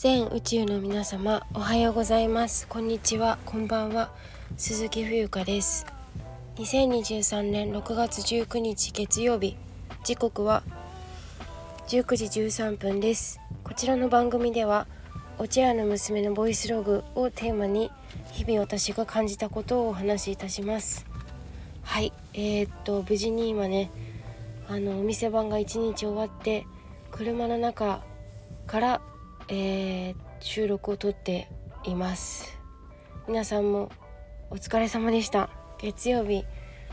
全宇宙の皆様、おはようございます。こんにちは、こんばんは。鈴木冬香です。2023年6月19日月曜日、時刻は19時13分です。こちらの番組ではお茶屋の娘のボイスログをテーマに日々私が感じたことをお話しいたします。はい、無事に今ね、お店番が1日終わって車の中から、収録を撮っています。皆さんもお疲れ様でした。月曜日、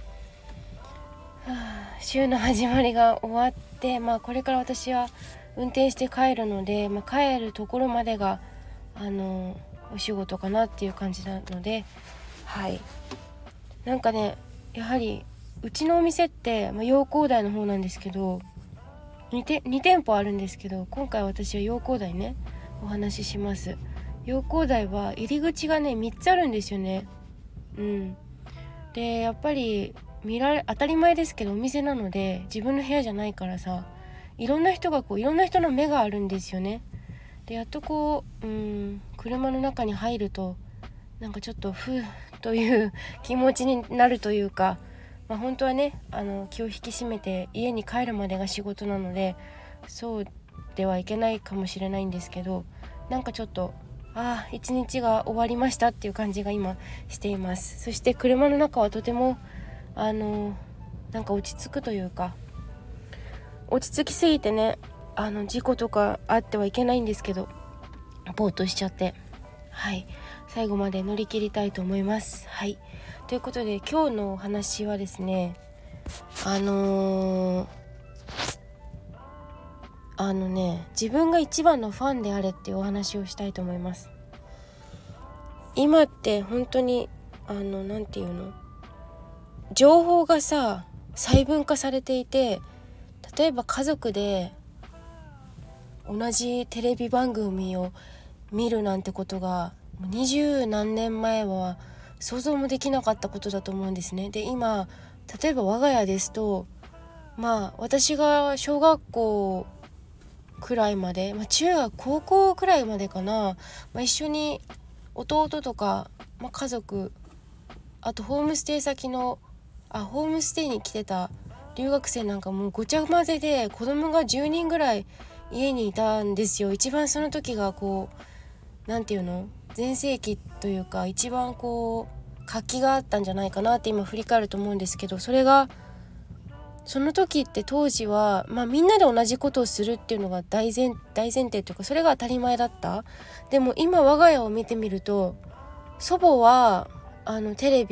週の始まりが終わって、これから私は運転して帰るので、帰るところまでがお仕事かなっていう感じなので、はい、なんかね、やはりうちのお店って、陽光台の方なんですけど、2店舗あるんですけど、今回私は陽光台ねお話しします。陽光台は入り口がね3つあるんですよね。でやっぱり当たり前ですけど、お店なので自分の部屋じゃないからさ、いろんな人の目があるんですよね。でやっと車の中に入るとなんかちょっとふーという気持ちになるというか、本当はね気を引き締めて家に帰るまでが仕事なのでそうではいけないかもしれないんですけど、なんかちょっと一日が終わりましたっていう感じが今しています。そして車の中はとてもなんか落ち着くというか、落ち着きすぎてね事故とかあってはいけないんですけど、ぼーっとしちゃって、最後まで乗り切りたいと思います。ということで今日のお話はですね、自分が一番のファンであれっていうお話をしたいと思います。今って本当になんていうの、情報がさ細分化されていて、例えば家族で同じテレビ番組を見るなんてことが20何年前は想像もできなかったことだと思うんですね。で今例えば我が家ですと、私が小学校くらいまで、中学高校くらいまでかな、一緒に弟とか、家族、あとホームステイに来てた留学生なんかもうごちゃ混ぜで子供が10人ぐらい家にいたんですよ。一番その時がなんていうの、全盛期というか一番活気があったんじゃないかなって今振り返ると思うんですけど、その時って当時は、みんなで同じことをするっていうのが大前提というか、それが当たり前だった。でも今我が家を見てみると、祖母はテレ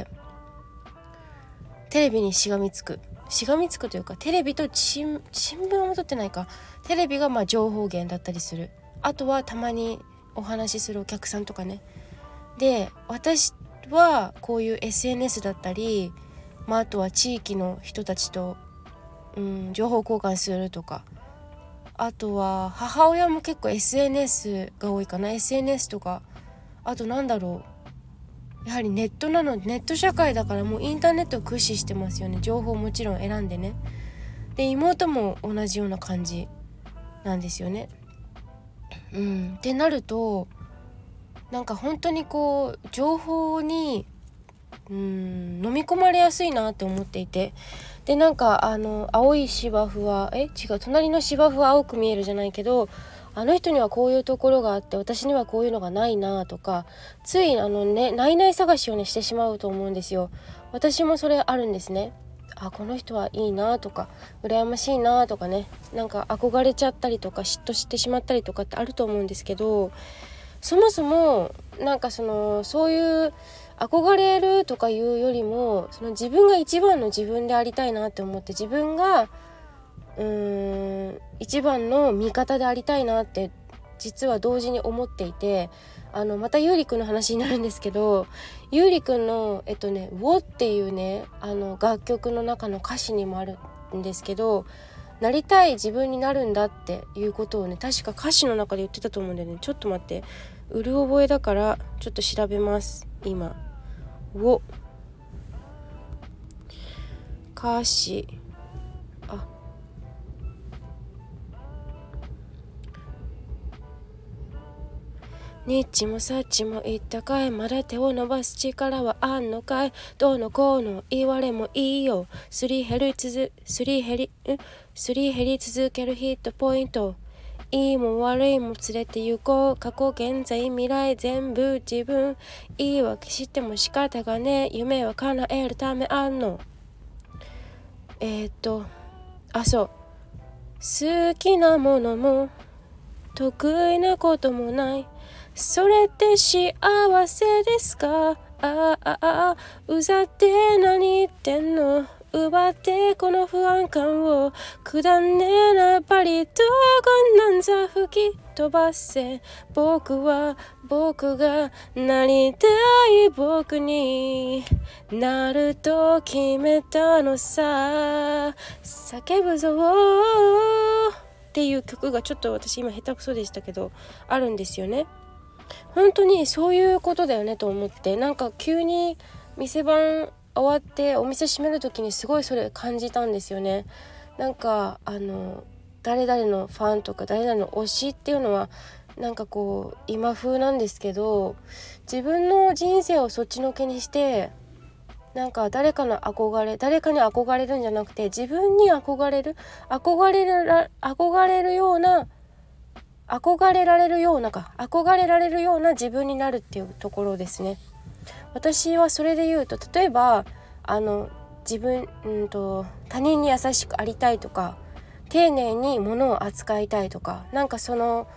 ビにしがみつくというか、テレビと新聞を持ってないか、テレビが情報源だったりする。あとはたまにお話しするお客さんとかね。で私はこういう SNS だったり、あとは地域の人たちと、情報交換するとか、あとは母親も結構 SNS が多いかな。 SNS とか、あとやはりネット社会だから、もうインターネットを駆使してますよね。情報をもちろん選んでね。で妹も同じような感じなんですよね。ってなると、なんか本当に情報に飲み込まれやすいなって思っていて、で青い芝生は隣の芝生は青く見えるじゃないけど、あの人にはこういうところがあって私にはこういうのがないなとか、ついないない探しをねしてしまうと思うんですよ。私もそれあるんですね。この人はいいなとか羨ましいなとかね、なんか憧れちゃったりとか嫉妬してしまったりとかってあると思うんですけど、そもそもそういう憧れるとかいうよりも、自分が一番の自分でありたいなって思って、自分が一番の味方でありたいなって実は同時に思っていて、またゆうりくんの話になるんですけど、ゆうりくんの「ウォ」っていうね楽曲の中の歌詞にもあるんですけど、なりたい自分になるんだっていうことをね、確か歌詞の中で言ってたと思うんでね、ちょっと待って、うる覚えだからちょっと調べます今。を歌詞、 ニッチもサッチも言ったかい、まだ手を伸ばす力はあんのかい、どうのこうの言われもいいよ、すり減り続けるヒットポイント、いいも悪いも連れて行こう、過去現在未来全部自分、言い訳しても仕方がねえ、夢は叶えるためあんの。そう、好きなものも得意なこともない、それって幸せですか、うざって何言ってんの、奪ってこの不安感を、くだんねえなバリとこんなんざ吹き飛ばせ、僕がなりたい僕になると決めたのさ、叫ぶぞっていう曲がちょっと私今下手くそでしたけどあるんですよね。本当にそういうことだよねと思って、なんか急に店番終わってお店閉める時にすごいそれ感じたんですよね。なんか誰々のファンとか誰々の推しっていうのはなんかこう今風なんですけど、自分の人生をそっちのけにしてなんか誰かに憧れるんじゃなくて、自分に憧れられるような自分になるっていうところですね。私はそれで言うと、例えば自分他人に優しくありたいとか、丁寧に物を扱いたいとか、なんか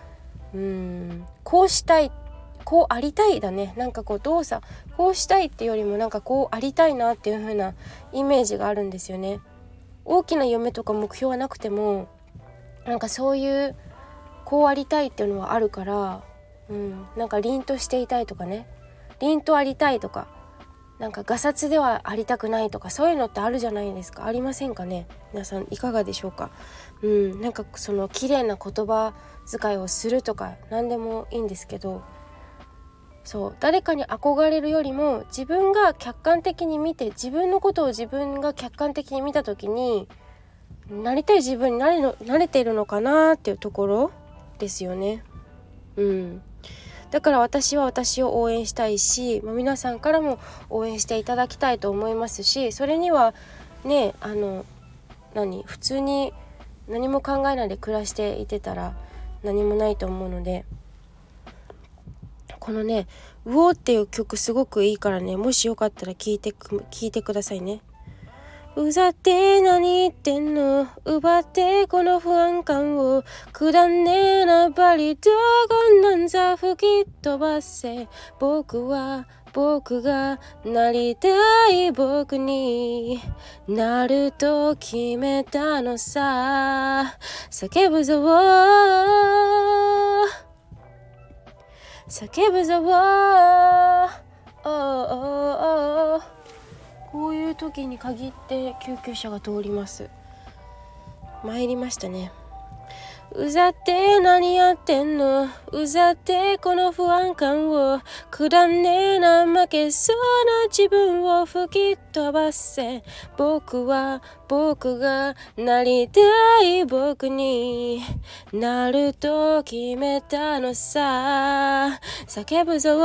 こうしたい、こうありたいだね。なんかこう動作こうしたいっていうよりもなんかこうありたいなっていう風なイメージがあるんですよね。大きな夢とか目標はなくてもなんかそういうこうありたいっていうのはあるから、なんか凛としていたいとかね、凛とありたいとか、なんかガサツではありたくないとか、そういうのってあるじゃないですか。ありませんかね、皆さんいかがでしょうか。なんかその綺麗な言葉遣いをするとか何でもいいんですけど、そう誰かに憧れるよりも自分が客観的に見て、自分のことを自分が客観的に見た時になりたい自分になれているのかなっていうところですよね。だから私は私を応援したいし、皆さんからも応援していただきたいと思いますし、それにはね普通に何も考えないで暮らしていてたら何もないと思うので、このねうおっていう曲すごくいいからね、もしよかったら聞いてくださいね。うざって何言ってんの、奪ってこの不安感を、くだんねえなバリとこんなんざ吹き飛ばせ、僕がなりたい僕になると決めたのさ、叫ぶぞこういう時に限って救急車が通ります。参りましたね。うざって何やってんの、うざってこの不安感を、くだんねえな負けそうな自分を吹き飛ばせ、僕がなりたい僕になると決めたのさ、叫ぶぞ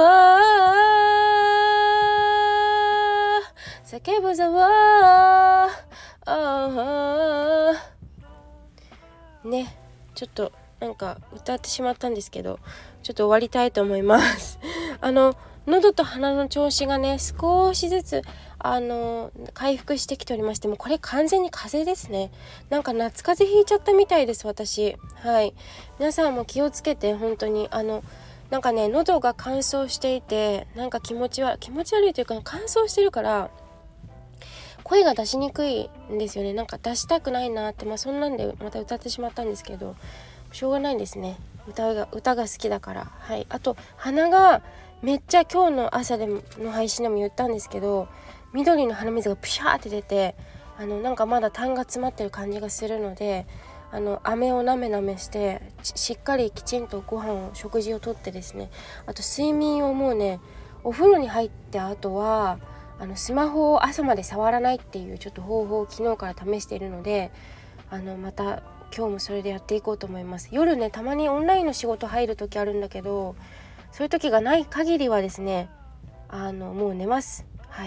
ね。ちょっとなんか歌ってしまったんですけど、ちょっと終わりたいと思います喉と鼻の調子がね少しずつ回復してきておりまして、もうこれ完全に風邪ですね。なんか夏風邪ひいちゃったみたいです私。はい、皆さんも気をつけて、本当になんかね喉が乾燥していて、なんか気持ち悪いというか、乾燥してるから声が出しにくいんですよね。なんか出したくないなって、そんなんでまた歌ってしまったんですけど、しょうがないですね。歌が好きだから。はい。あと鼻がめっちゃ、今日の朝の配信でも言ったんですけど、緑の鼻水がプシャーって出て、なんかまだ痰が詰まってる感じがするので、飴をなめなめしてしっかりきちんと食事をとってですね、あと睡眠をもうね、お風呂に入ってあとはスマホを朝まで触らないっていうちょっと方法を昨日から試しているので、また今日もそれでやっていこうと思います。夜ねたまにオンラインの仕事入る時あるんだけど、 そういう時がない限りはですね、もう寝ます。はい。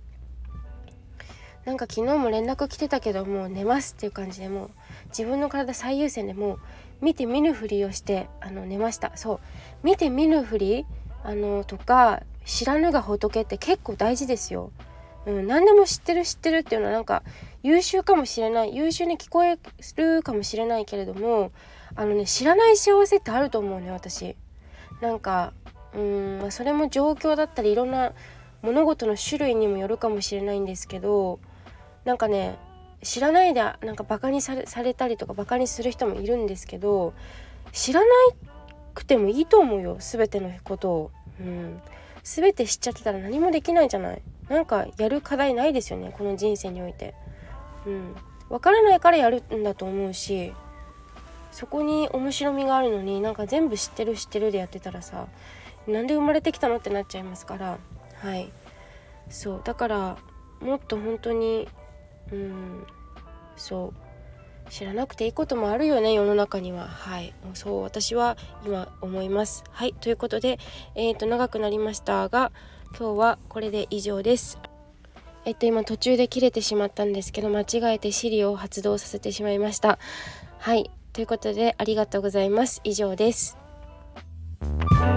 なんか昨日も連絡来てたけど、もう寝ますっていう感じで、もう自分の体最優先で、もう見て見ぬふりをして寝ました。そう、見て見ぬふりとか知らぬが仏って結構大事ですよ。何でも知ってるっていうのはなんか優秀かもしれない、優秀に聞こえるかもしれないけれども、知らない幸せってあると思うね、私。なんかそれも状況だったりいろんな物事の種類にもよるかもしれないんですけど、なんかね、知らないでなんかバカにされたりとかバカにする人もいるんですけど、知らなくてもいいと思うよ、全てのことを。全て知っちゃってたら何もできないじゃない。なんかやる課題ないですよね、この人生において。わからないからやるんだと思うし、そこに面白みがあるのに、なんか全部知ってるでやってたらさ、なんで生まれてきたのってなっちゃいますから。はい。そうだからもっと本当にそう知らなくていいこともあるよね、世の中には。はい、そう私は今思います。はい、ということで長くなりましたが、今日はこれで以上です。今途中で切れてしまったんですけど、間違えてSiriを発動させてしまいました。はい、ということでありがとうございます。以上です。